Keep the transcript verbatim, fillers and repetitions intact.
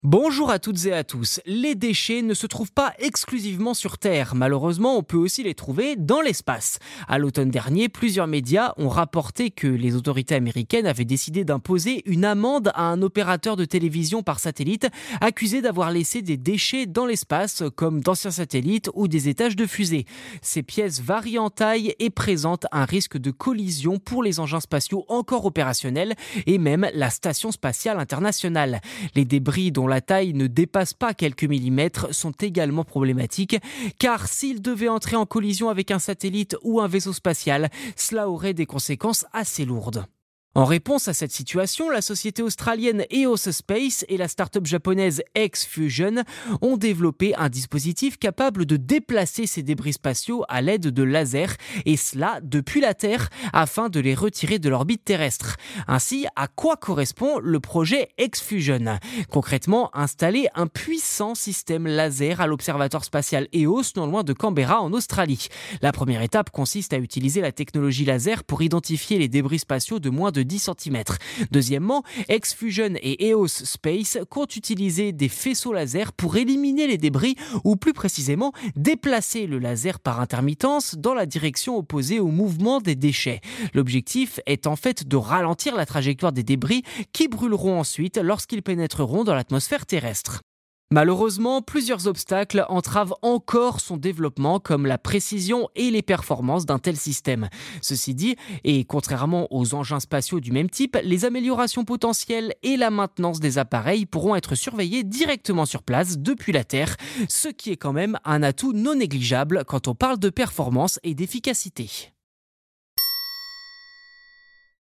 Bonjour à toutes et à tous. Les déchets ne se trouvent pas exclusivement sur Terre. Malheureusement, on peut aussi les trouver dans l'espace. À l'automne dernier, plusieurs médias ont rapporté que les autorités américaines avaient décidé d'imposer une amende à un opérateur de télévision par satellite accusé d'avoir laissé des déchets dans l'espace, comme d'anciens satellites ou des étages de fusées. Ces pièces varient en taille et présentent un risque de collision pour les engins spatiaux encore opérationnels et même la Station spatiale internationale. Les débris dont la taille ne dépasse pas quelques millimètres sont également problématiques, car s'ils devaient entrer en collision avec un satellite ou un vaisseau spatial, cela aurait des conséquences assez lourdes. En réponse à cette situation, la société australienne E O S Space et la start-up japonaise X-Fusion ont développé un dispositif capable de déplacer ces débris spatiaux à l'aide de lasers, et cela depuis la Terre, afin de les retirer de l'orbite terrestre. Ainsi, à quoi correspond le projet X-Fusion ? Concrètement, installer un puissant système laser à l'observatoire spatial E O S non loin de Canberra en Australie. La première étape consiste à utiliser la technologie laser pour identifier les débris spatiaux de moins de dix centimètres. Deuxièmement, X-Fusion et E O S Space comptent utiliser des faisceaux laser pour éliminer les débris, ou plus précisément déplacer le laser par intermittence dans la direction opposée au mouvement des déchets. L'objectif est en fait de ralentir la trajectoire des débris qui brûleront ensuite lorsqu'ils pénétreront dans l'atmosphère terrestre. Malheureusement, plusieurs obstacles entravent encore son développement, comme la précision et les performances d'un tel système. Ceci dit, et contrairement aux engins spatiaux du même type, les améliorations potentielles et la maintenance des appareils pourront être surveillées directement sur place depuis la Terre, ce qui est quand même un atout non négligeable quand on parle de performance et d'efficacité.